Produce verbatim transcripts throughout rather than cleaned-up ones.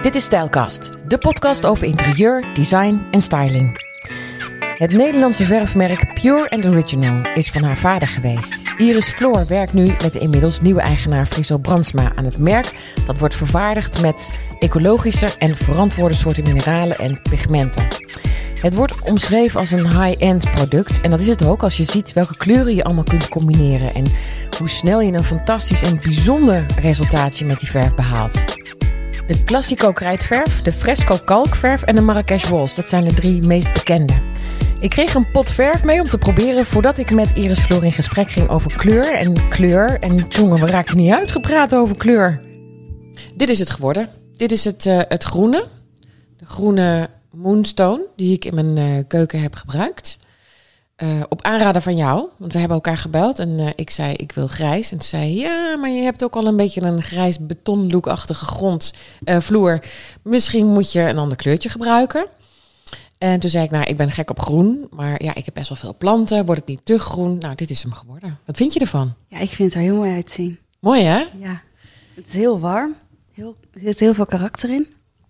Dit is Stijlkast, de podcast over interieur, design en styling. Het Nederlandse verfmerk Pure and Original is van haar vader geweest. Iris Floor werkt nu met de inmiddels nieuwe eigenaar Friso Brandsma aan het merk. Dat wordt vervaardigd met ecologische en verantwoorde soorten mineralen en pigmenten. Het wordt omschreven als een high-end product. En dat is het ook als je ziet welke kleuren je allemaal kunt combineren. En hoe snel je een fantastisch en bijzonder resultaatje met die verf behaalt. De Classico krijtverf, de Fresco kalkverf en de Marrakesh Walls. Dat zijn de drie meest bekende. Ik kreeg een pot verf mee om te proberen voordat ik met Iris Floor in gesprek ging over kleur en kleur. En jongen, we raakten niet uitgepraat over kleur. Dit is het geworden. Dit is het, uh, het groene. De groene Moonstone die ik in mijn uh, keuken heb gebruikt. Uh, op aanraden van jou, want we hebben elkaar gebeld en uh, ik zei ik wil grijs. En toen zei ja, maar je hebt ook al een beetje een grijs betonlookachtige grondvloer. Uh, Misschien moet je een ander kleurtje gebruiken. En toen zei ik, nou, ik ben gek op groen, maar ja, ik heb best wel veel planten. Wordt het niet te groen? Nou, dit is hem geworden. Wat vind je ervan? Ja, ik vind het er heel mooi uitzien. Mooi, hè? Ja, het is heel warm. Heel, er zit heel veel karakter in.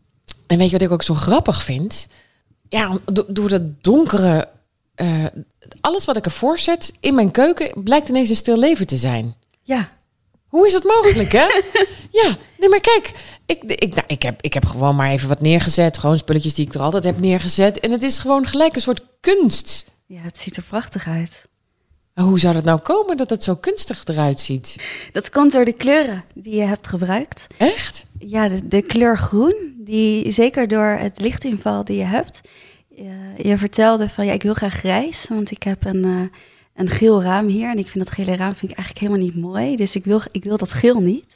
En weet je wat ik ook zo grappig vind? Ja, do- door dat donkere... Uh, alles wat ik ervoor zet in mijn keuken blijkt ineens een stil leven te zijn. Ja. Hoe is dat mogelijk, hè? Ja, nee, maar kijk, ik, ik, nou, ik, heb, ik heb gewoon maar even wat neergezet. Gewoon spulletjes die ik er altijd heb neergezet. En het is gewoon gelijk een soort kunst. Ja, het ziet er prachtig uit. Hoe zou dat nou komen dat het zo kunstig eruit ziet? Dat komt door de kleuren die je hebt gebruikt. Echt? Ja, de, de kleur groen, die zeker door het lichtinval die je hebt. Je, je vertelde van, ja, ik wil graag grijs, want ik heb een... Uh, een geel raam hier. En ik vind dat gele raam vind ik eigenlijk helemaal niet mooi. Dus ik wil, ik wil dat geel niet.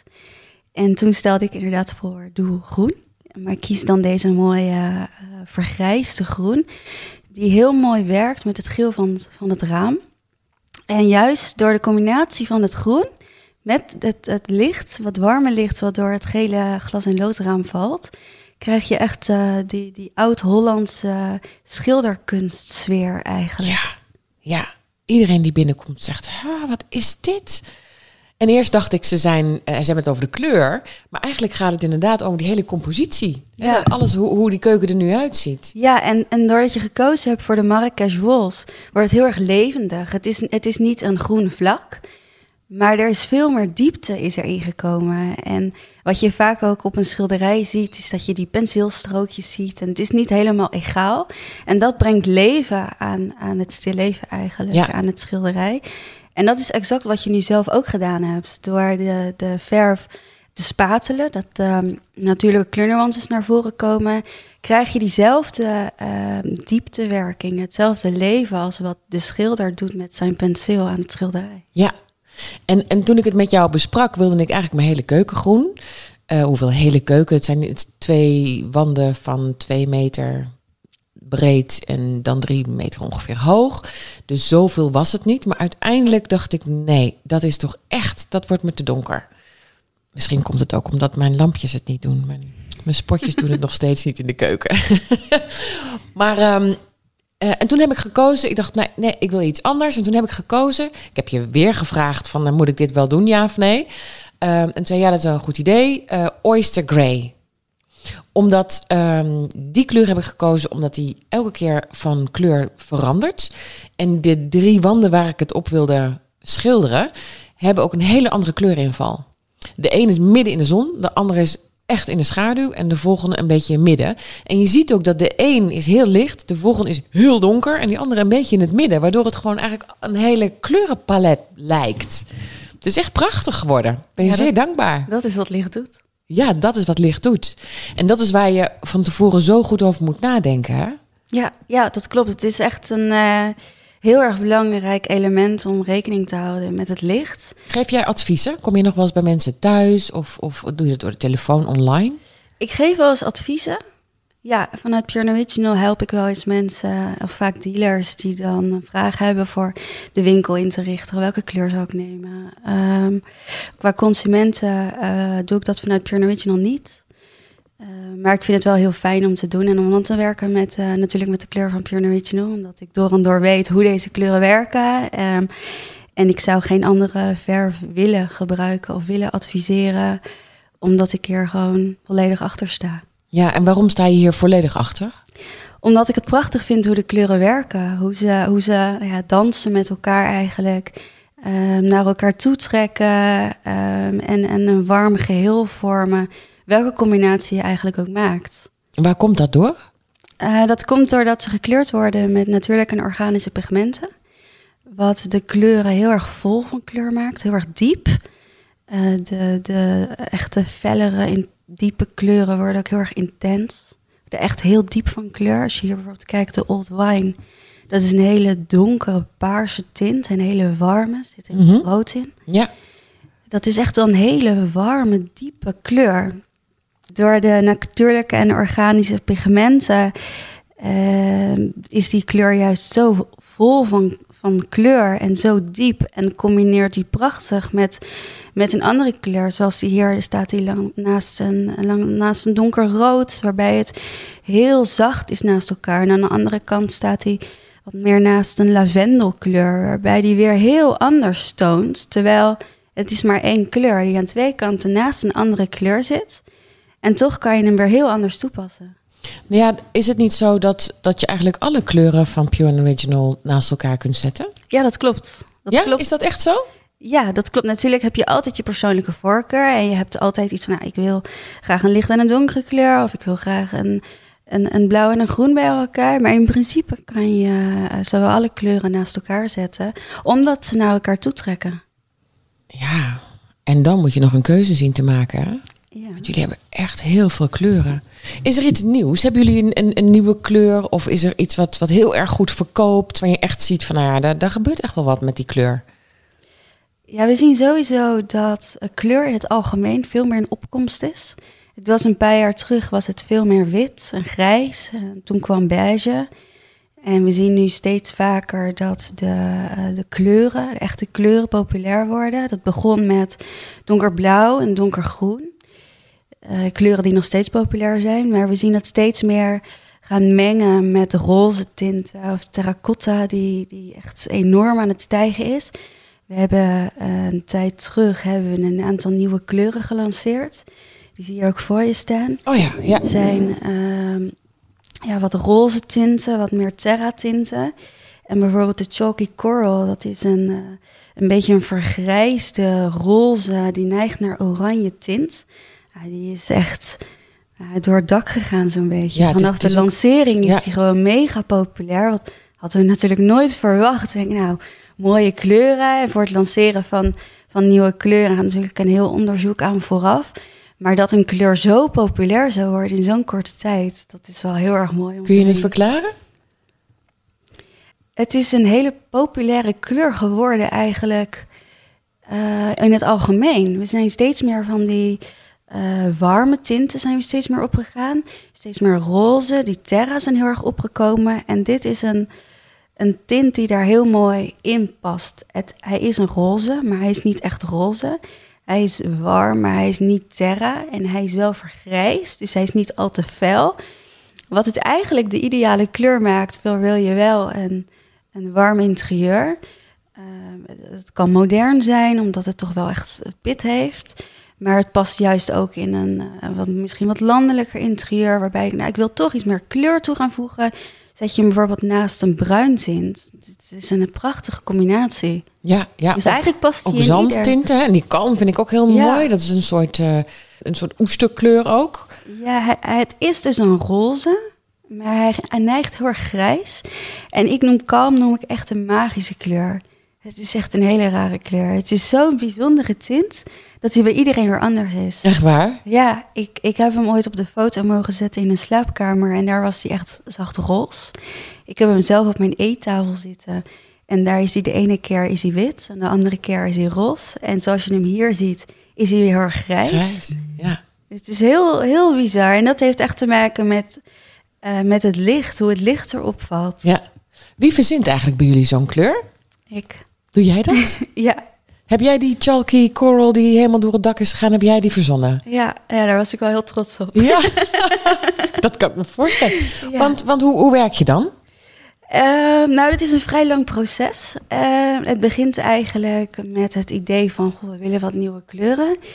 En toen stelde ik inderdaad voor, doe groen. Maar ik kies dan deze mooie uh, vergrijsde groen. Die heel mooi werkt met het geel van, van het raam. En juist door de combinatie van het groen met het, het licht, wat warme licht, wat door het gele glas- en loodraam valt, krijg je echt uh, die, die oud-Hollandse schilderkunstsfeer eigenlijk. Ja, ja. Iedereen die binnenkomt zegt, ah, wat is dit? En eerst dacht ik, ze zijn, uh, ze hebben het over de kleur. Maar eigenlijk gaat het inderdaad over die hele compositie. Ja. Hè? Alles hoe, hoe die keuken er nu uitziet. Ja, en, en doordat je gekozen hebt voor de Marrakesh Walls, wordt het heel erg levendig. Het is, het is niet een groen vlak, maar er is veel meer diepte is erin gekomen. En wat je vaak ook op een schilderij ziet, is dat je die penseelstrookjes ziet. En het is niet helemaal egaal. En dat brengt leven aan, aan het stilleven eigenlijk, ja. Aan het schilderij. En dat is exact wat je nu zelf ook gedaan hebt. Door de, de verf te spatelen, dat um, natuurlijke kleurnuances naar voren komen, krijg je diezelfde uh, dieptewerking, hetzelfde leven als wat de schilder doet met zijn penseel aan het schilderij. Ja. En, en toen ik het met jou besprak, wilde ik eigenlijk mijn hele keuken groen. Uh, hoeveel hele keuken? Het zijn het twee wanden van twee meter breed en dan drie meter ongeveer hoog. Dus zoveel was het niet. Maar uiteindelijk dacht ik, nee, dat is toch echt, dat wordt me te donker. Misschien komt het ook omdat mijn lampjes het niet doen. Mijn, mijn spotjes doen het nog steeds niet in de keuken. maar... Um, Uh, en toen heb ik gekozen, ik dacht, nee, nee, ik wil iets anders. En toen heb ik gekozen, ik heb je weer gevraagd van, uh, moet ik dit wel doen, ja of nee? Uh, en zei, ja, dat is wel een goed idee. Uh, Oyster Grey. Omdat, um, die kleur heb ik gekozen, omdat die elke keer van kleur verandert. En de drie wanden waar ik het op wilde schilderen, hebben ook een hele andere kleurinval. De ene is midden in de zon, de andere is echt in de schaduw en de volgende een beetje in midden. En je ziet ook dat de een is heel licht, de volgende is heel donker en die andere een beetje in het midden, waardoor het gewoon eigenlijk een hele kleurenpalet lijkt. Het is echt prachtig geworden. Ben je ja, zeer dat, dankbaar. Dat is wat licht doet. Ja, dat is wat licht doet. En dat is waar je van tevoren zo goed over moet nadenken, hè? Ja, ja, dat klopt. Het is echt een uh, heel erg belangrijk element om rekening te houden met het licht. Geef jij adviezen? Kom je nog wel eens bij mensen thuis of, of doe je het door de telefoon online? Ik geef wel eens adviezen. Ja, vanuit Pure and Original help ik wel eens mensen, of vaak dealers, die dan vragen hebben voor de winkel in te richten. Welke kleur zou ik nemen? Um, qua consumenten uh, doe ik dat vanuit Pure and Original niet. Uh, maar ik vind het wel heel fijn om te doen en om dan te werken met uh, natuurlijk met de kleur van Pure and Original. Omdat ik door en door weet hoe deze kleuren werken. Um, en ik zou geen andere verf willen gebruiken of willen adviseren, omdat ik hier gewoon volledig achter sta. Ja, en waarom sta je hier volledig achter? Omdat ik het prachtig vind hoe de kleuren werken. Hoe ze, hoe ze ja, dansen met elkaar eigenlijk. Um, naar elkaar toe trekken. Um, en, en een warm geheel vormen. Welke combinatie je eigenlijk ook maakt. Waar komt dat door? Uh, dat komt doordat ze gekleurd worden met natuurlijke en organische pigmenten. Wat de kleuren heel erg vol van kleur maakt. Heel erg diep. Uh, de, de echte fellere, in, diepe kleuren worden ook heel erg intens. De echt heel diep van kleur. Als je hier bijvoorbeeld kijkt, de Old Wine. Dat is een hele donkere paarse tint. Een hele warme. Er zit heel veel Mm-hmm. rood in. Ja. Dat is echt wel een hele warme, diepe kleur. Door de natuurlijke en organische pigmenten uh, is die kleur juist zo vol van, van kleur en zo diep. En combineert die prachtig met, met een andere kleur. Zoals die hier staat die lang, naast, een, lang, naast een donkerrood, waarbij het heel zacht is naast elkaar. En aan de andere kant staat hij wat meer naast een lavendelkleur, waarbij die weer heel anders toont. Terwijl het is maar één kleur die aan twee kanten naast een andere kleur zit. En toch kan je hem weer heel anders toepassen. Ja, is het niet zo dat, dat je eigenlijk alle kleuren van Pure and Original naast elkaar kunt zetten? Ja, dat klopt. Dat ja, klopt. Is dat echt zo? Ja, dat klopt. Natuurlijk heb je altijd je persoonlijke voorkeur. En je hebt altijd iets van, nou, ik wil graag een lichte en een donkere kleur. Of ik wil graag een, een, een blauw en een groen bij elkaar. Maar in principe kan je uh, zowel alle kleuren naast elkaar zetten. Omdat ze naar elkaar toetrekken. Ja, en dan moet je nog een keuze zien te maken, hè? Ja. Want jullie hebben echt heel veel kleuren. Is er iets nieuws? Hebben jullie een, een, een nieuwe kleur? Of is er iets wat, wat heel erg goed verkoopt? Waar je echt ziet van, nou ja, daar, daar gebeurt echt wel wat met die kleur. Ja, we zien sowieso dat kleur in het algemeen veel meer in opkomst is. Het was een paar jaar terug, was het veel meer wit en grijs. En toen kwam beige. En we zien nu steeds vaker dat de, uh, de kleuren, de echte kleuren populair worden. Dat begon met donkerblauw en donkergroen. Uh, kleuren die nog steeds populair zijn. Maar we zien dat steeds meer gaan mengen met roze tinten of terracotta, die, die echt enorm aan het stijgen is. We hebben uh, een tijd terug hebben we een aantal nieuwe kleuren gelanceerd. Die zie je ook voor je staan. Oh ja, ja. Het zijn uh, ja, wat roze tinten, wat meer terra tinten. En bijvoorbeeld de Chalky Coral, dat is een, uh, een beetje een vergrijsde roze, die neigt naar oranje tint. Ja, die is echt uh, door het dak gegaan zo'n beetje. Ja, Vanaf is, de is lancering ook, is ja. die gewoon mega populair. Wat hadden we natuurlijk nooit verwacht. Ik denk, nou, mooie kleuren. En voor het lanceren van, van nieuwe kleuren gaat natuurlijk een heel onderzoek aan vooraf. Maar dat een kleur zo populair zou worden in zo'n korte tijd, dat is wel heel erg mooi om Kun je te het zien. verklaren? Het is een hele populaire kleur geworden eigenlijk uh, in het algemeen. We zijn steeds meer van die uh, warme tinten zijn we steeds meer opgegaan. Steeds meer roze, die terra zijn heel erg opgekomen. En dit is een, een tint die daar heel mooi in past. Het, hij is een roze, maar hij is niet echt roze. Hij is warm, maar hij is niet terra. En hij is wel vergrijsd, dus hij is niet al te fel. Wat het eigenlijk de ideale kleur maakt, veel wil je wel een, een warm interieur. Uh, het kan modern zijn, omdat het toch wel echt pit heeft. Maar het past juist ook in een uh, wat, misschien wat landelijker interieur, waarbij nou, ik wil toch iets meer kleur toe gaan voegen. Zet je hem bijvoorbeeld naast een bruin tint. Het is een prachtige combinatie. Ja, ja. Dus of, eigenlijk past hij ook in zandtinten. En die kalm vind ik ook heel Ja. mooi. Dat is een soort, uh, een soort oesterkleur ook. Ja, hij, het is dus een roze, maar hij, hij neigt heel erg grijs. En ik noem kalm noem ik echt een magische kleur. Het is echt een hele rare kleur. Het is zo'n bijzondere tint dat hij bij iedereen weer anders is. Echt waar? Ja, ik, ik heb hem ooit op de foto mogen zetten in een slaapkamer en daar was hij echt zacht roze. Ik heb hem zelf op mijn eettafel zitten en daar is hij de ene keer is hij wit en de andere keer is hij roze. En zoals je hem hier ziet, is hij weer heel erg grijs. Grijs, ja. Het is heel, heel bizar en dat heeft echt te maken met, uh, met het licht, hoe het licht erop valt. Ja. Wie verzint eigenlijk bij jullie zo'n kleur? Ik. Doe jij dat? Ja. Heb jij die Chalky Coral die helemaal door het dak is gegaan, heb jij die verzonnen? Ja, ja, daar was ik wel heel trots op. Ja, dat kan ik me voorstellen. Ja. Want, want hoe, hoe werk je dan? Uh, nou, dit is een vrij lang proces. Uh, het begint eigenlijk met het idee van, goh, we willen wat nieuwe kleuren.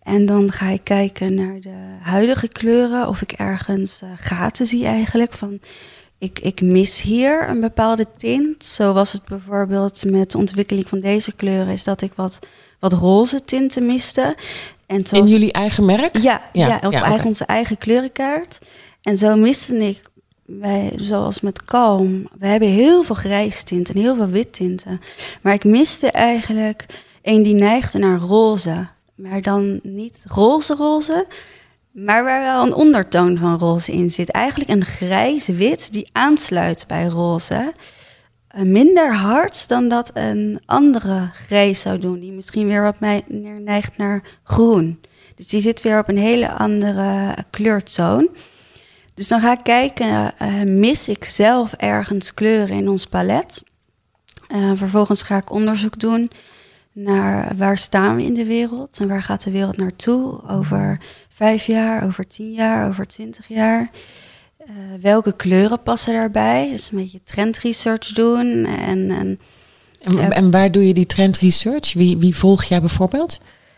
En dan ga ik kijken naar de huidige kleuren, of ik ergens uh, gaten zie eigenlijk. Van, ik, ik mis hier een bepaalde tint. Zo was het bijvoorbeeld met de ontwikkeling van deze kleuren, is dat ik wat, wat roze tinten miste. En in jullie eigen merk? Ja, ja, ja op ja, eigen, okay. onze eigen kleurenkaart. En zo miste ik, wij, zoals met Kalm, we hebben heel veel grijstinten en heel veel wittinten. Maar ik miste eigenlijk een die neigde naar roze. Maar dan niet roze-roze, maar waar wel een ondertoon van roze in zit. Eigenlijk een grijs-wit die aansluit bij roze. Uh, minder hard dan dat een andere grijs zou doen, die misschien weer wat mij neigt naar groen. Dus die zit weer op een hele andere kleurtoon. Dus dan ga ik kijken, uh, mis ik zelf ergens kleuren in ons palet? Uh, vervolgens ga ik onderzoek doen naar waar staan we in de wereld en waar gaat de wereld naartoe over vijf jaar, over tien jaar, over twintig jaar. Uh, welke kleuren passen daarbij? Dus een beetje trendresearch doen. En, en, en, uh, en waar doe je die trendresearch? Wie, wie volg jij bijvoorbeeld?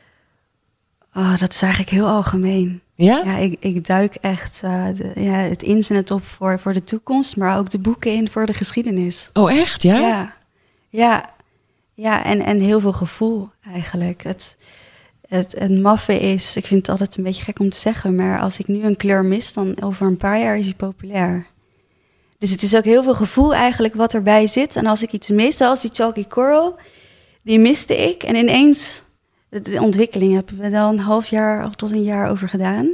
Oh, dat is eigenlijk heel algemeen. Ja? Ja, ik, ik duik echt uh, de, ja, het internet op voor, voor de toekomst, maar ook de boeken in voor de geschiedenis. Oh, echt? Ja? Ja, ja, ja en, en heel veel gevoel eigenlijk. Het, het, het maffe is, ik vind het altijd een beetje gek om te zeggen, maar als ik nu een kleur mis, dan over een paar jaar is hij populair. Dus het is ook heel veel gevoel eigenlijk wat erbij zit. En als ik iets mis, zoals die Chalky Coral, die miste ik. En ineens, de ontwikkeling hebben we dan een half jaar of tot een jaar over gedaan.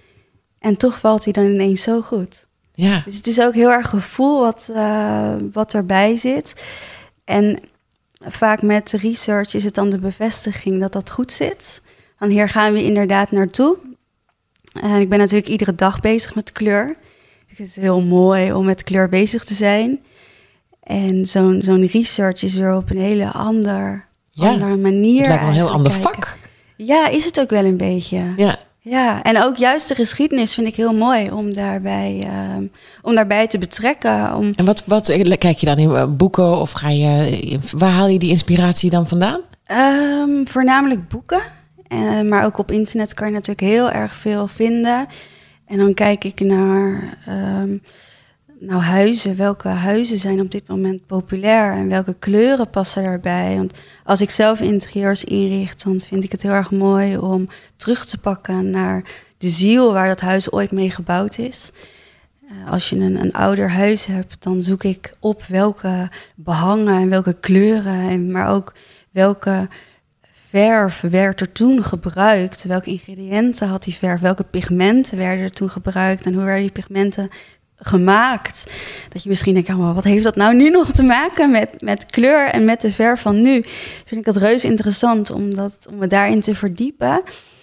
En toch valt hij dan ineens zo goed. Ja. Dus het is ook heel erg gevoel wat, uh, wat erbij zit. En vaak met research is het dan de bevestiging dat dat goed zit. Dan hier gaan we inderdaad naartoe. En ik ben natuurlijk iedere dag bezig met kleur. Ik vind het heel mooi om met kleur bezig te zijn. En zo'n, zo'n research is weer op een hele ander, ja. andere manier. Het lijkt wel een heel ander kijken. vak. Ja, is het ook wel een beetje. Ja. Ja, en ook juist de geschiedenis vind ik heel mooi om daarbij, um, om daarbij te betrekken. Om... En wat, wat kijk je dan in boeken of ga je, waar haal je die inspiratie dan vandaan? Um, voornamelijk boeken, uh, maar ook op internet kan je natuurlijk heel erg veel vinden. En dan kijk ik naar um, nou, huizen. Welke huizen zijn op dit moment populair en welke kleuren passen daarbij? Want als ik zelf interieurs inricht, dan vind ik het heel erg mooi om terug te pakken naar de ziel waar dat huis ooit mee gebouwd is. Uh, als je een, een ouder huis hebt, dan zoek ik op welke behangen en welke kleuren, en, maar ook welke verf werd er toen gebruikt? Welke ingrediënten had die verf? Welke pigmenten werden er toen gebruikt? En hoe werden die pigmenten gemaakt? Dat je misschien denkt, oh, wat heeft dat nou nu nog te maken met, met kleur en met de verf van nu? Vind ik dat reuze interessant om, dat, om me daarin te verdiepen.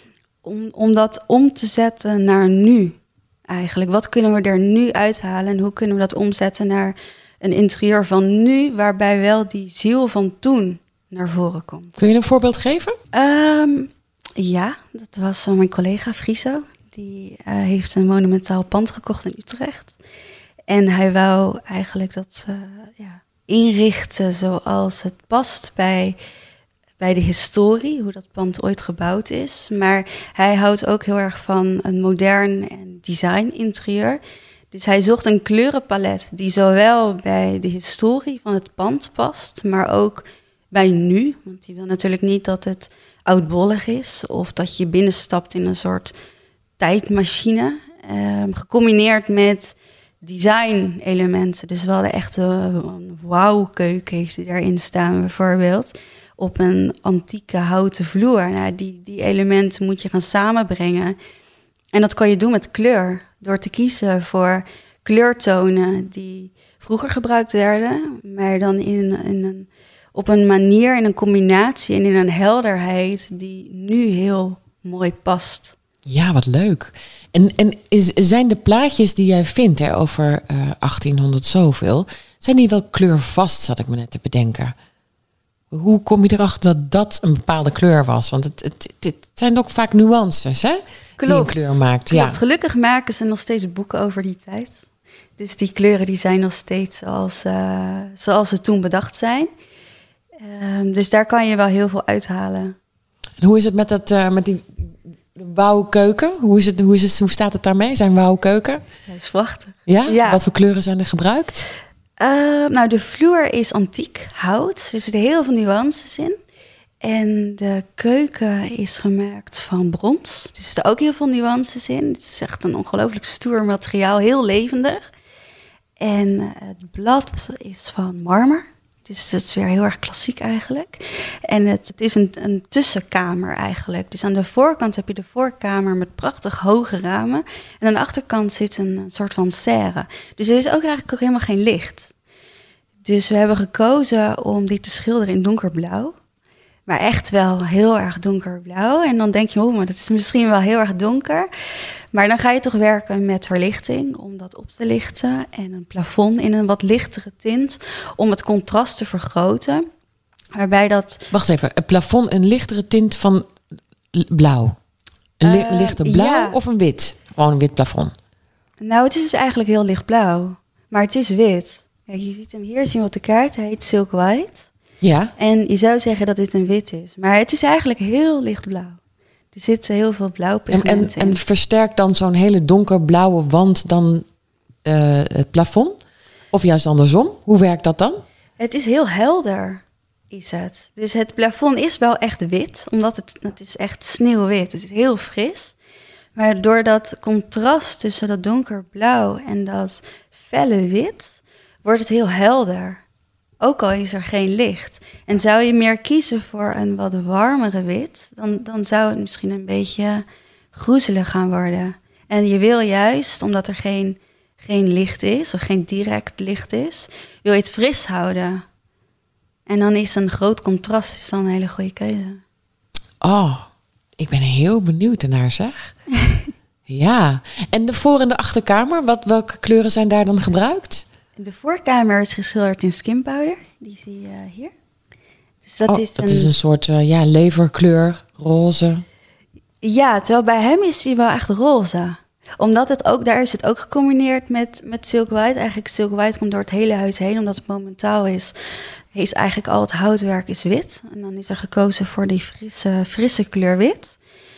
Om, om dat om te zetten naar nu eigenlijk. Wat kunnen we er nu uithalen en hoe kunnen we dat omzetten naar een interieur van nu, waarbij wel die ziel van toen naar voren komt. Kun je een voorbeeld geven? Um, ja, dat was uh, mijn collega Friso. Die uh, heeft een monumentaal pand gekocht in Utrecht. En hij wou eigenlijk dat uh, ja, inrichten zoals het past bij, bij de historie, hoe dat pand ooit gebouwd is. Maar hij houdt ook heel erg van een modern en design interieur. Dus hij zocht een kleurenpalet die zowel bij de historie van het pand past, maar ook bij nu. Want hij wil natuurlijk niet dat het oudbollig is of dat je binnenstapt in een soort tijdmachine. Um, gecombineerd met design-elementen. Dus we hadden echt een wauw-keuken heeft hij daarin staan bijvoorbeeld. Op een antieke houten vloer. Nou, die, die elementen moet je gaan samenbrengen. En dat kan je doen met kleur. Door te kiezen voor kleurtonen die vroeger gebruikt werden. Maar dan in, in een, op een manier, in een combinatie en in een helderheid die nu heel mooi past. Ja, wat leuk. En, en is, zijn de plaatjes die jij vindt hè, over uh, achttienhonderd zoveel, zijn die wel kleurvast, zat ik me net te bedenken? Hoe kom je erachter dat dat een bepaalde kleur was? Want het, het, het, het zijn ook vaak nuances, hè? Die een kleur maakt. Klopt. Ja. Gelukkig maken ze nog steeds boeken over die tijd. Dus die kleuren die zijn nog steeds zoals, uh, zoals ze toen bedacht zijn. Uh, dus daar kan je wel heel veel uithalen. En hoe is het met, dat, uh, met die de Wouw-keuken. Hoe, is het, hoe, is het, hoe staat het daarmee, zijn Wouw-keuken? Dat is prachtig. Ja? Ja. Wat voor kleuren zijn er gebruikt? Uh, nou, de vloer is antiek hout. Er zitten heel veel nuances in. En de keuken is gemaakt van brons. Dus er zitten ook heel veel nuances in. Het is echt een ongelooflijk stoer materiaal, heel levendig. En uh, het blad is van marmer. Dus dat is weer heel erg klassiek eigenlijk. En het, het is een, een tussenkamer eigenlijk. Dus aan de voorkant heb je de voorkamer met prachtig hoge ramen. En aan de achterkant zit een, een soort van serre. Dus er is ook eigenlijk ook helemaal geen licht. Dus we hebben gekozen om die te schilderen in donkerblauw. Maar echt wel heel erg donkerblauw. En dan denk je, oh, maar dat is misschien wel heel erg donker. Maar dan ga je toch werken met verlichting om dat op te lichten. En een plafond in een wat lichtere tint om het contrast te vergroten. Waarbij dat... Wacht even, het plafond een lichtere tint van blauw? Een li- Uh, lichte blauw ja. of een wit? Gewoon een wit plafond. Nou, het is dus eigenlijk heel lichtblauw. Maar het is wit. Kijk, je ziet hem hier zien op de kaart. Hij heet Silk White. Ja. En je zou zeggen dat dit een wit is. Maar het is eigenlijk heel lichtblauw. Er zitten heel veel blauwpigmenten En, en, in. en versterkt dan zo'n hele donkerblauwe wand dan uh, het plafond? Of juist andersom? Hoe werkt dat dan? Het is heel helder, is het. Dus het plafond is wel echt wit, omdat het, het is echt sneeuwwit. Het is heel fris. Maar door dat contrast tussen dat donkerblauw en dat felle wit, wordt het heel helder. Ook al is er geen licht. En zou je meer kiezen voor een wat warmere wit, dan, dan zou het misschien een beetje groezelig gaan worden. En je wil juist, omdat er geen, geen licht is, of geen direct licht is, wil je het fris houden. En dan is een groot contrast is dan een hele goede keuze. Oh, ik ben heel benieuwd ernaar, zeg. Ja, en de voor- en de achterkamer, wat, welke kleuren zijn daar dan gebruikt? De voorkamer is geschilderd in skinpowder. Die zie je hier. Dus dat, oh, is, dat een... is een soort uh, ja, leverkleur, roze. Ja, terwijl bij hem is hij wel echt roze. Omdat het ook, daar is het ook gecombineerd met, met Silk White. Eigenlijk Silk White komt door het hele huis heen, omdat het momentaal is, is eigenlijk al het houtwerk is wit. En dan is er gekozen voor die frisse, frisse kleur wit.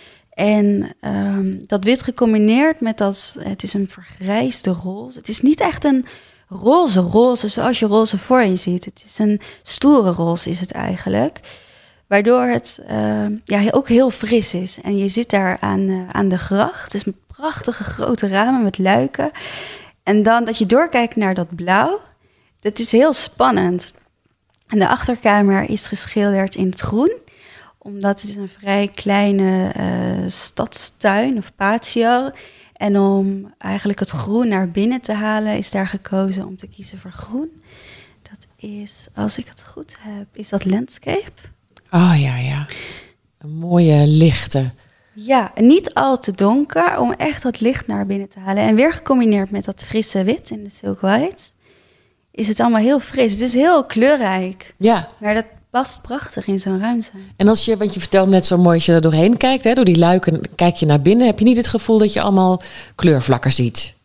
En um, dat wit gecombineerd met dat, het is een vergrijsde roze. Het is niet echt een roze roze zoals je roze voor je ziet. Het is een stoere roze is het eigenlijk. Waardoor het uh, ja, ook heel fris is. En je zit daar aan, uh, aan de gracht. Het is met prachtige grote ramen met luiken. En dan dat je doorkijkt naar dat blauw. Dat is heel spannend. En de achterkamer is geschilderd in het groen. Omdat het is een vrij kleine uh, stadstuin of patio. En om eigenlijk het groen naar binnen te halen, is daar gekozen om te kiezen voor groen. Dat is, als ik het goed heb, is dat landscape. Oh ja, ja. Een mooie lichte. Ja, niet al te donker, om echt dat licht naar binnen te halen. En weer gecombineerd met dat frisse wit in de Silk White, is het allemaal heel fris. Het is heel kleurrijk. Ja. Maar dat past prachtig in zo'n ruimte. En als je, want je vertelt net zo mooi, als je er doorheen kijkt, hè, door die luiken, kijk je naar binnen, heb je niet het gevoel dat je allemaal kleurvlakken ziet?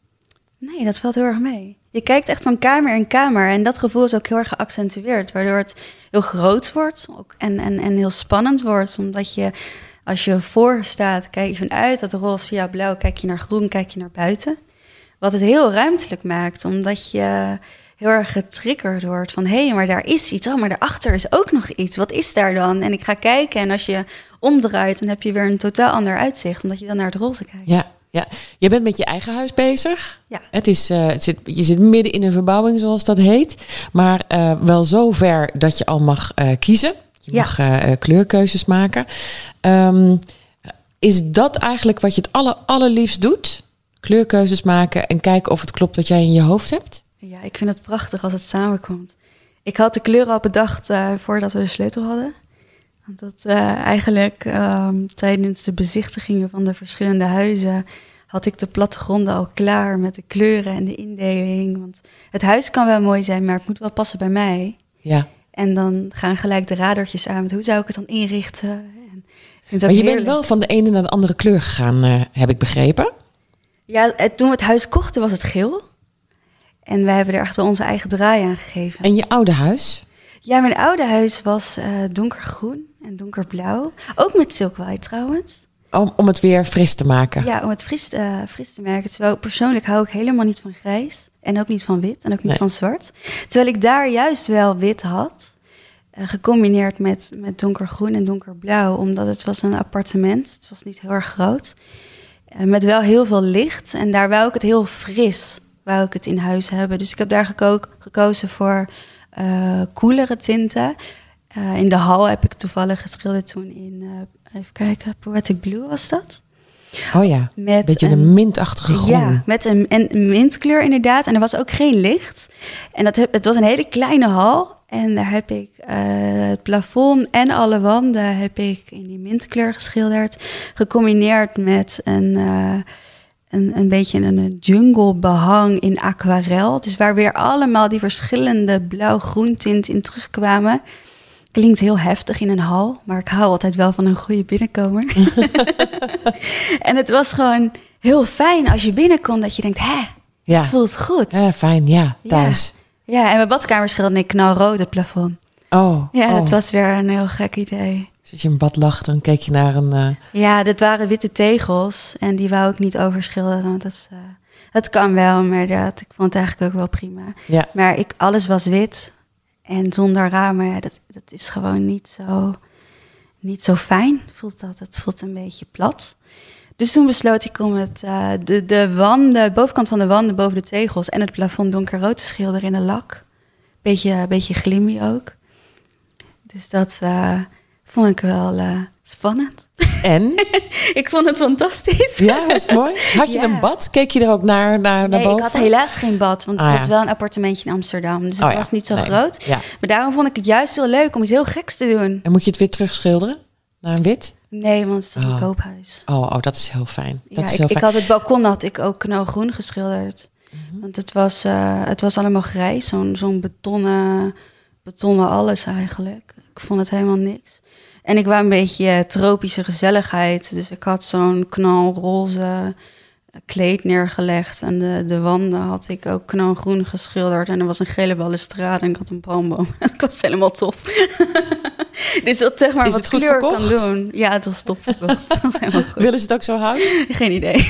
Nee, dat valt heel erg mee. Je kijkt echt van kamer in kamer en dat gevoel is ook heel erg geaccentueerd, waardoor het heel groot wordt ook en, en, en heel spannend wordt. Omdat je, als je voor staat, kijk je vanuit dat roze via blauw, kijk je naar groen, kijk je naar buiten. Wat het heel ruimtelijk maakt, omdat je heel erg getriggerd wordt van hé, hey, maar daar is iets. Oh, maar daarachter is ook nog iets. Wat is daar dan? En ik ga kijken en als je omdraait, dan heb je weer een totaal ander uitzicht, omdat je dan naar het roze kijkt. Ja, ja. Je bent met je eigen huis bezig. Ja. Het is, uh, het zit, je zit midden in een verbouwing, zoals dat heet. Maar uh, wel zo ver dat je al mag uh, kiezen. Je Ja. mag uh, kleurkeuzes maken. Um, is dat eigenlijk wat je het aller, allerliefst doet? Kleurkeuzes maken en kijken of het klopt wat jij in je hoofd hebt? Ja, ik vind het prachtig als het samenkomt. Ik had de kleuren al bedacht uh, voordat we de sleutel hadden. Want dat uh, eigenlijk um, tijdens de bezichtigingen van de verschillende huizen had ik de plattegronden al klaar met de kleuren en de indeling. Want het huis kan wel mooi zijn, maar het moet wel passen bij mij. Ja. En dan gaan gelijk de radertjes aan met hoe zou ik het dan inrichten. En ik vind het Maar ook je heerlijk. bent wel van de ene naar de andere kleur gegaan, uh, heb ik begrepen. Ja, het, toen we het huis kochten was het geel. En wij hebben er echt wel onze eigen draai aan gegeven. En je oude huis? Ja, mijn oude huis was uh, donkergroen en donkerblauw. Ook met Silk White trouwens. Om, om het weer fris te maken. Ja, om het fris, uh, fris te maken. Terwijl persoonlijk hou ik helemaal niet van grijs. En ook niet van wit. En ook niet nee. van zwart. Terwijl ik daar juist wel wit had. Uh, gecombineerd met, met donkergroen en donkerblauw. Omdat het was een appartement. Het was niet heel erg groot. Uh, met wel heel veel licht. En daar wou ik het heel fris. Wou ik het in huis hebben. Dus ik heb daar geko- gekozen voor uh, koelere tinten. Uh, in de hal heb ik toevallig geschilderd toen in... Uh, even kijken, Poetic Blue was dat. Oh ja, een beetje een, een mintachtige groen. Ja, met een, een mintkleur inderdaad. En er was ook geen licht. En dat heb, het was een hele kleine hal. En daar heb ik uh, het plafond en alle wanden heb ik in die mintkleur geschilderd. Gecombineerd met een, uh, een, een beetje een jungle behang in aquarel. Dus waar weer allemaal die verschillende blauw-groen tinten in terugkwamen. Klinkt heel heftig in een hal, maar ik hou altijd wel van een goede binnenkomer. En het was gewoon heel fijn als je binnenkomt dat je denkt, hè, ja. Het voelt goed. Ja, fijn, ja, thuis. Ja, ja, en mijn badkamer schilderde ik knalrood het plafond. Oh. Ja, oh. dat was weer een heel gek idee. Dus als je in bad lag, dan keek je naar een... Uh... Ja, dat waren witte tegels en die wou ik niet overschilderen, want dat, is, uh, dat kan wel, maar dat, ik vond het eigenlijk ook wel prima. Ja. Maar ik, alles was wit. En zonder ramen, ja, dat, dat is gewoon niet zo, niet zo fijn. Voelt dat, het voelt een beetje plat. Dus toen besloot ik om het, uh, de, de wanden, de bovenkant van de wanden boven de tegels en het plafond donkerrood te schilderen in een lak. Beetje, beetje glimmy ook. Dus dat uh, vond ik wel uh, spannend. En? Ik vond het fantastisch. Ja, was het mooi? Had je ja. een bad? Keek je er ook naar, naar, naar nee, boven? Ik had helaas geen bad, want ah, het ja. was wel een appartementje in Amsterdam. Dus het oh, ja. was niet zo nee. groot. Ja. Maar daarom vond ik het juist heel leuk om iets heel geks te doen. En moet je het weer terugschilderen? Naar een wit? Nee, want het was oh. een koophuis. Oh, oh, dat is heel fijn. Dat ja, is ik, heel ik fijn. had het balkon had ik ook knalgroen geschilderd. Mm-hmm. Want het was, uh, het was allemaal grijs. Zo'n, zo'n betonnen, betonnen alles eigenlijk. Ik vond het helemaal niks. En ik wou een beetje uh, tropische gezelligheid. Dus ik had zo'n knalroze kleed neergelegd. En de, de wanden had ik ook knalgroen geschilderd. En er was een gele balustrade en ik had een palmboom. Dat was helemaal top. Dus dat zeg maar is wat het goed kleur verkocht? kan doen. Ja, het was top verkocht. Dat was helemaal goed. Willen ze het ook zo houden? Geen idee.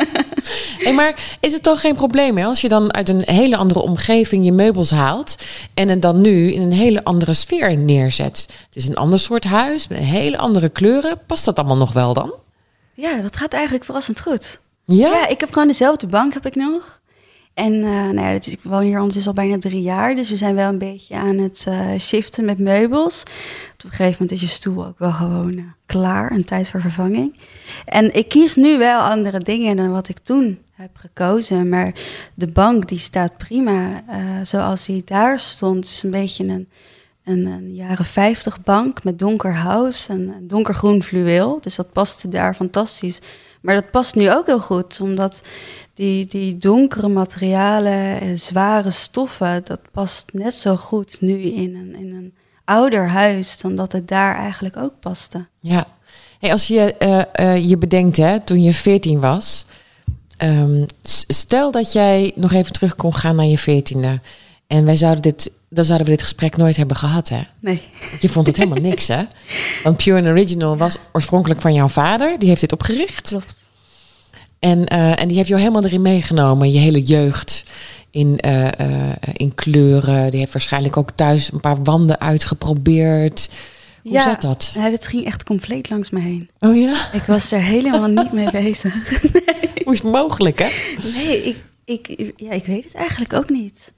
Hey, maar is het toch geen probleem hè? Als je dan uit een hele andere omgeving je meubels haalt en het dan nu in een hele andere sfeer neerzet? Het is een ander soort huis met hele andere kleuren. Past dat allemaal nog wel dan? Ja, dat gaat eigenlijk verrassend goed. Ja? Ja, ik heb gewoon dezelfde bank heb ik nog. En uh, nou ja, ik woon hier ondertussen al bijna drie jaar. Dus we zijn wel een beetje aan het uh, shiften met meubels. Op een gegeven moment is je stoel ook wel gewoon uh, klaar. Een tijd voor vervanging. En ik kies nu wel andere dingen dan wat ik toen heb gekozen. Maar de bank die staat prima. Uh, zoals die daar stond. Het is een beetje een, een, een jaren vijftig bank met donker hout en donkergroen fluweel. Dus dat paste daar fantastisch. Maar dat past nu ook heel goed, omdat die, die donkere materialen en zware stoffen, dat past net zo goed nu in een, in een ouder huis dan dat het daar eigenlijk ook paste. Ja, hey, als je uh, uh, je bedenkt, hè, toen je veertien was, um, stel dat jij nog even terug kon gaan naar je veertiende en wij zouden dit, dan zouden we dit gesprek nooit hebben gehad, hè? Nee. Je vond het helemaal niks, hè? Want Pure and Original was oorspronkelijk van jouw vader. Die heeft dit opgericht. Klopt. En, uh, en die heeft jou helemaal erin meegenomen. Je hele jeugd in, uh, uh, in kleuren. Die heeft waarschijnlijk ook thuis een paar wanden uitgeprobeerd. Hoe ja, zat dat? Ja, dit ging echt compleet langs me heen. Oh ja? Ik was er helemaal niet mee bezig. Nee. Hoe is het mogelijk, hè? Nee, ik, ik, ja, ik weet het eigenlijk ook niet.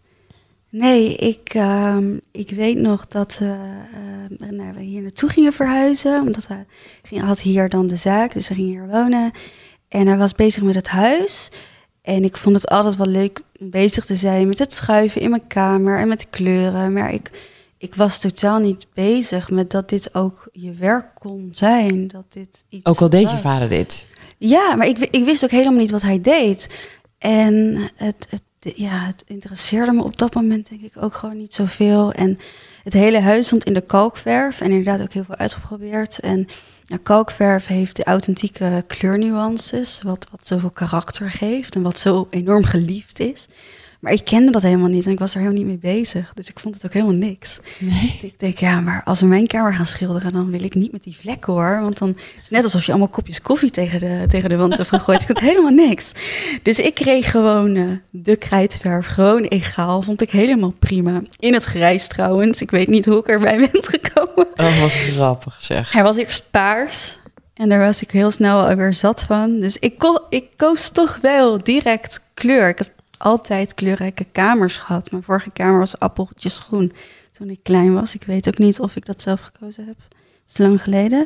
Nee, ik, uh, ik weet nog dat uh, uh, nou, we hier naartoe gingen verhuizen. Omdat hij ging, had hier dan de zaak, dus hij ging hier wonen. En hij was bezig met het huis. En ik vond het altijd wel leuk om bezig te zijn met het schuiven in mijn kamer en met de kleuren. Maar ik, ik was totaal niet bezig met dat dit ook je werk kon zijn. Dat dit iets ook al deed was. je vader dit? Ja, maar ik, ik wist ook helemaal niet wat hij deed. En het, het Ja, het interesseerde me op dat moment denk ik ook gewoon niet zoveel. En het hele huis stond in de kalkverf en inderdaad ook heel veel uitgeprobeerd. En nou, kalkverf heeft de authentieke kleurnuances, wat, wat zoveel karakter geeft en wat zo enorm geliefd is. Maar ik kende dat helemaal niet en ik was er helemaal niet mee bezig. Dus ik vond het ook helemaal niks. Nee. Ik denk, ja, maar als we mijn kamer gaan schilderen, dan wil ik niet met die vlekken hoor. Want dan is het net alsof je allemaal kopjes koffie tegen de, tegen de wand hebt gegooid. Ik vond helemaal niks. Dus ik kreeg gewoon uh, de krijtverf, gewoon egaal. Vond ik helemaal prima. In het grijs trouwens. Ik weet niet hoe ik erbij ben gekomen. Oh, wat grappig zeg. Hij was eerst paars. En daar was ik heel snel weer zat van. Dus ik, ko- ik koos toch wel direct kleur. Ik heb altijd kleurrijke kamers gehad. Mijn vorige kamer was appeltjes groen toen ik klein was. Ik weet ook niet of ik dat zelf gekozen heb. Dat is lang geleden.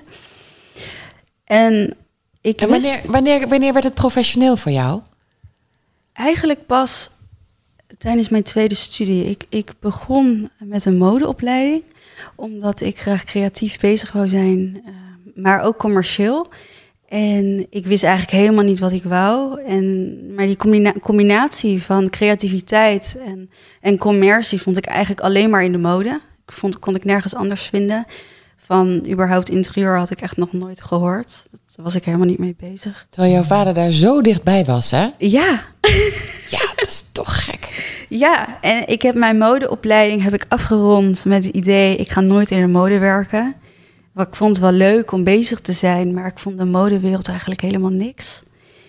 En, ik en wanneer, wist... wanneer, wanneer werd het professioneel voor jou? Eigenlijk pas tijdens mijn tweede studie. Ik, ik begon met een modeopleiding. Omdat ik graag creatief bezig wou zijn... Uh, maar ook commercieel. En ik wist eigenlijk helemaal niet wat ik wou. En, maar die combina- combinatie van creativiteit en, en commercie vond ik eigenlijk alleen maar in de mode. Ik vond, kon ik nergens anders vinden. Van überhaupt interieur had ik echt nog nooit gehoord. Daar was ik helemaal niet mee bezig. Terwijl jouw vader daar zo dichtbij was, hè? Ja. Ja, dat is toch gek. Ja, en ik heb mijn modeopleiding heb ik afgerond met het idee... ik ga nooit in de mode werken... Maar ik vond het wel leuk om bezig te zijn, maar ik vond de modewereld eigenlijk helemaal niks.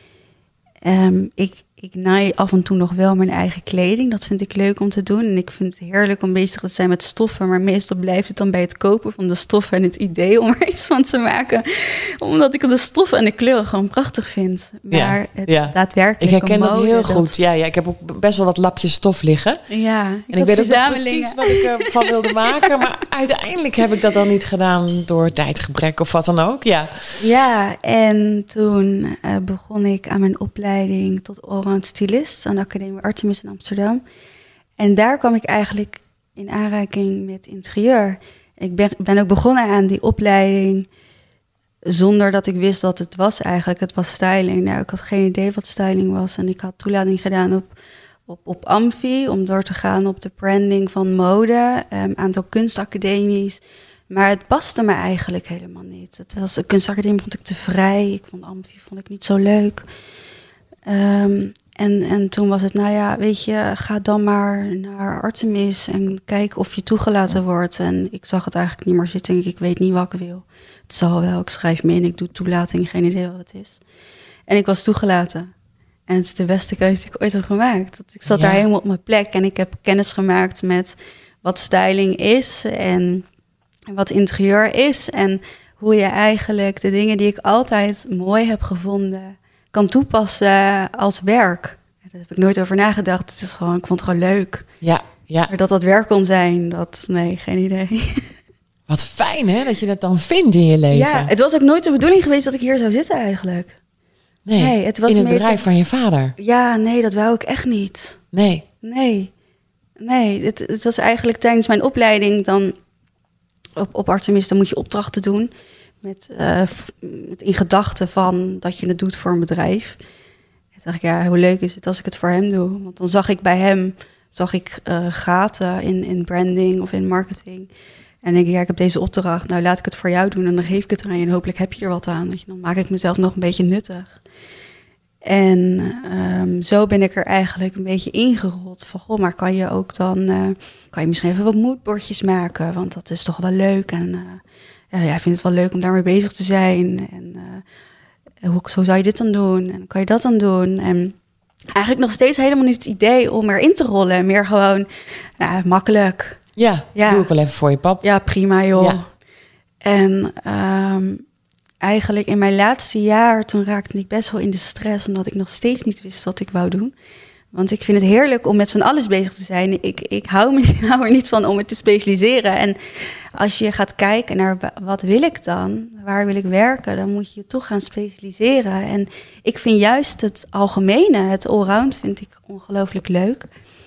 Um, ik, ik naai af en toe nog wel mijn eigen kleding. Dat vind ik leuk om te doen. En ik vind het heerlijk om bezig te zijn met stoffen. Maar meestal blijft het dan bij het kopen van de stoffen en het idee om er iets van te maken. Omdat ik de stoffen en de kleuren gewoon prachtig vind. Maar ja, het ja. daadwerkelijk Ik herken mode, dat heel dat... goed. Ja, ja, ik heb ook best wel wat lapjes stof liggen. Ja, ik en ik weet ook nog precies wat ik ervan wilde maken. Maar uiteindelijk heb ik dat dan niet gedaan door tijdgebrek of wat dan ook. Ja, ja en toen uh, begon ik aan mijn opleiding tot allround stylist aan de Academie Artemis in Amsterdam. En daar kwam ik eigenlijk in aanraking met interieur. Ik ben, ben ook begonnen aan die opleiding zonder dat ik wist wat het was eigenlijk. Het was styling. Nou, ik had geen idee wat styling was. En ik had toelating gedaan op, op, op Amfi om door te gaan op de branding van mode. Een um, aantal kunstacademies. Maar het paste me eigenlijk helemaal niet. Het was, de kunstacademie vond ik te vrij. Ik vond Amfi vond ik niet zo leuk. Um, en, en toen was het, nou ja, weet je, ga dan maar naar Artemis en kijk of je toegelaten wordt. En ik zag het eigenlijk niet meer zitten. Ik weet niet wat ik wil. Het zal wel, ik schrijf me in, ik doe toelating, geen idee wat het is. En ik was toegelaten. En het is de beste keuze die ik ooit heb gemaakt. Ik zat ja. daar helemaal op mijn plek en ik heb kennis gemaakt met wat styling is en wat interieur is. En hoe je eigenlijk de dingen die ik altijd mooi heb gevonden kan toepassen als werk. Daar heb ik nooit over nagedacht. Het is gewoon, ik vond het gewoon leuk. Ja, ja. Maar dat dat werk kon zijn, dat, nee, geen idee. Wat fijn, hè, dat je dat dan vindt in je leven. Ja, het was ook nooit de bedoeling geweest dat ik hier zou zitten eigenlijk. Nee, nee het was in het bedrijf te... van je vader. Ja, nee, dat wou ik echt niet. Nee. Nee, nee. Het, het was eigenlijk tijdens mijn opleiding dan op, op Artemis, dan moet je opdrachten doen. Met, uh, met in gedachten van dat je het doet voor een bedrijf. En dacht ik, ja, hoe leuk is het als ik het voor hem doe? Want dan zag ik bij hem zag ik, uh, gaten in, in branding of in marketing. En denk ik, ja, ik heb deze opdracht. Nou, laat ik het voor jou doen en dan geef ik het aan je. En hopelijk heb je er wat aan. Dan maak ik mezelf nog een beetje nuttig. En um, zo ben ik er eigenlijk een beetje ingerold. Van, goh, maar kan je ook dan... Uh, kan je misschien even wat moodboardjes maken? Want dat is toch wel leuk. En... Uh, Ja, jij vindt het wel leuk om daarmee bezig te zijn. En uh, hoe, zo zou je dit dan doen? En kan je dat dan doen? En eigenlijk nog steeds helemaal niet het idee om erin te rollen. Meer gewoon, nou, makkelijk. Ja, ja, doe ik wel even voor je pap. Ja, prima joh. Ja. En um, eigenlijk in mijn laatste jaar, toen raakte ik best wel in de stress. Omdat ik nog steeds niet wist wat ik wou doen. Want ik vind het heerlijk om met van alles bezig te zijn. Ik, ik hou, me, hou er niet van om het te specialiseren. En als je gaat kijken naar wat wil ik dan, waar wil ik werken, dan moet je je toch gaan specialiseren. En ik vind juist het algemene, het allround, vind ik ongelooflijk leuk.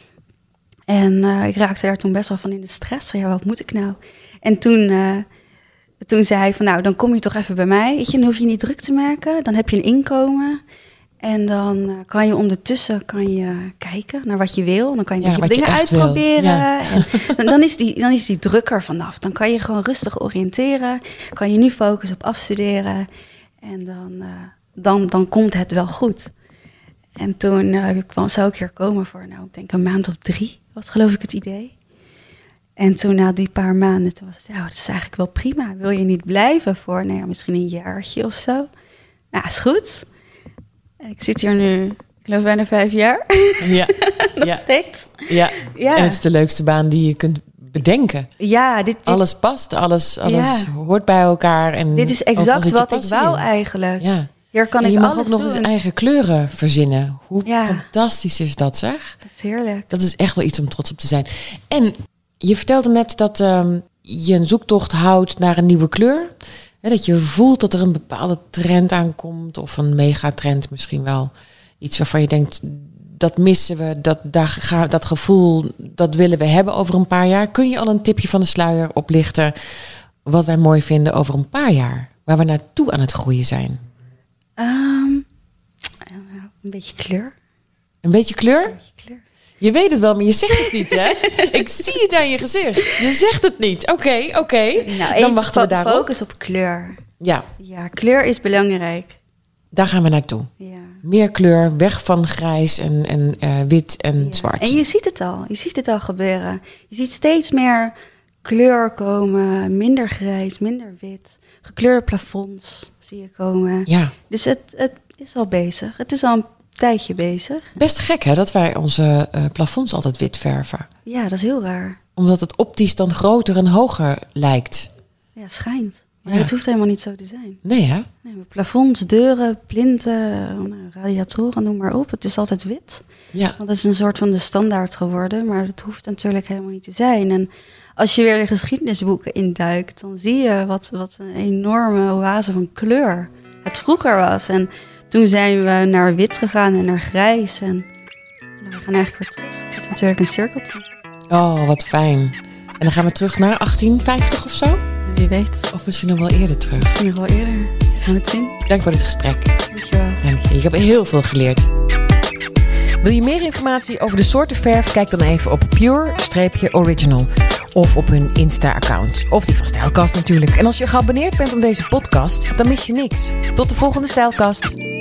En uh, ik raakte daar toen best wel van in de stress. Van ja, wat moet ik nou? En toen, uh, toen zei hij van nou, dan kom je toch even bij mij. Weet je, dan hoef je niet druk te maken. Dan heb je een inkomen. En dan uh, kan je ondertussen kan je kijken naar wat je wil. Dan kan je, ja, je dingen uitproberen. Ja. En dan, is die, dan is die druk er vanaf. Dan kan je gewoon rustig oriënteren. Kan je nu focussen op afstuderen. En dan, uh, dan, dan komt het wel goed. En toen uh, kwam, zou ik hier komen voor, nou, ik denk een maand of drie, was geloof ik het idee. En toen na die paar maanden, toen was het, ja, dat is eigenlijk wel prima. Wil je niet blijven voor, nou ja, misschien een jaartje of zo? Nou, is goed. En ik zit hier nu, ik geloof bijna vijf jaar. Ja. Nog ja. steeds. Ja. ja, en het is de leukste baan die je kunt bedenken. Ja, dit, dit alles past, alles, alles ja. hoort bij elkaar. En dit is exact wat ik wou in. eigenlijk. Ja. Hier kan en ik je mag alles ook nog doen. eens eigen kleuren verzinnen. Hoe ja. fantastisch is dat, zeg? Dat is heerlijk. Dat is echt wel iets om trots op te zijn. En je vertelde net dat um, je een zoektocht houdt naar een nieuwe kleur. He, dat je voelt dat er een bepaalde trend aankomt. Of een megatrend misschien wel. Iets waarvan je denkt, dat missen we. Dat, daar, dat gevoel, dat willen we hebben over een paar jaar. Kun je al een tipje van de sluier oplichten wat wij mooi vinden over een paar jaar? Waar we naartoe aan het groeien zijn? Um, een beetje kleur. Een beetje kleur? Een beetje kleur. Je weet het wel, maar je zegt het niet, hè? Ik zie het aan je gezicht. Je zegt het niet. Oké, okay, oké. Okay. Nou, dan wachten we daarop. Focus op kleur. Ja. Ja, kleur is belangrijk. Daar gaan we naartoe. Ja. Meer kleur, weg van grijs en, en uh, wit en ja. zwart. En je ziet het al. Je ziet het al gebeuren. Je ziet steeds meer kleur komen. Minder grijs, minder wit. Gekleurde plafonds zie je komen. Ja. Dus het, het is al bezig. Het is al een tijdje bezig. Best gek, hè, dat wij onze uh, plafonds altijd wit verven. Ja, dat is heel raar. Omdat het optisch dan groter en hoger lijkt. Ja, schijnt. Maar ja. het hoeft helemaal niet zo te zijn. Nee, hè? Nee, plafonds, deuren, plinten, radiatoren, noem maar op. Het is altijd wit. Ja. Want dat is een soort van de standaard geworden. Maar dat hoeft natuurlijk helemaal niet te zijn. En als je weer de geschiedenisboeken induikt, dan zie je wat, wat een enorme oase van kleur het vroeger was. En toen zijn we naar wit gegaan en naar grijs. En we gaan eigenlijk weer terug. Het is natuurlijk een cirkeltje. Oh, wat fijn. En dan gaan we terug naar achttien vijftig of zo? Wie weet. Of misschien nog wel eerder terug. Misschien nog wel eerder. We gaan het zien. Dank voor dit gesprek. Dankjewel. Dank je. Ik heb heel veel geleerd. Wil je meer informatie over de soorten verf? Kijk dan even op Pure-Original of op hun Insta-account. Of die van Stijlkast natuurlijk. En als je geabonneerd bent op deze podcast, dan mis je niks. Tot de volgende Stijlkast.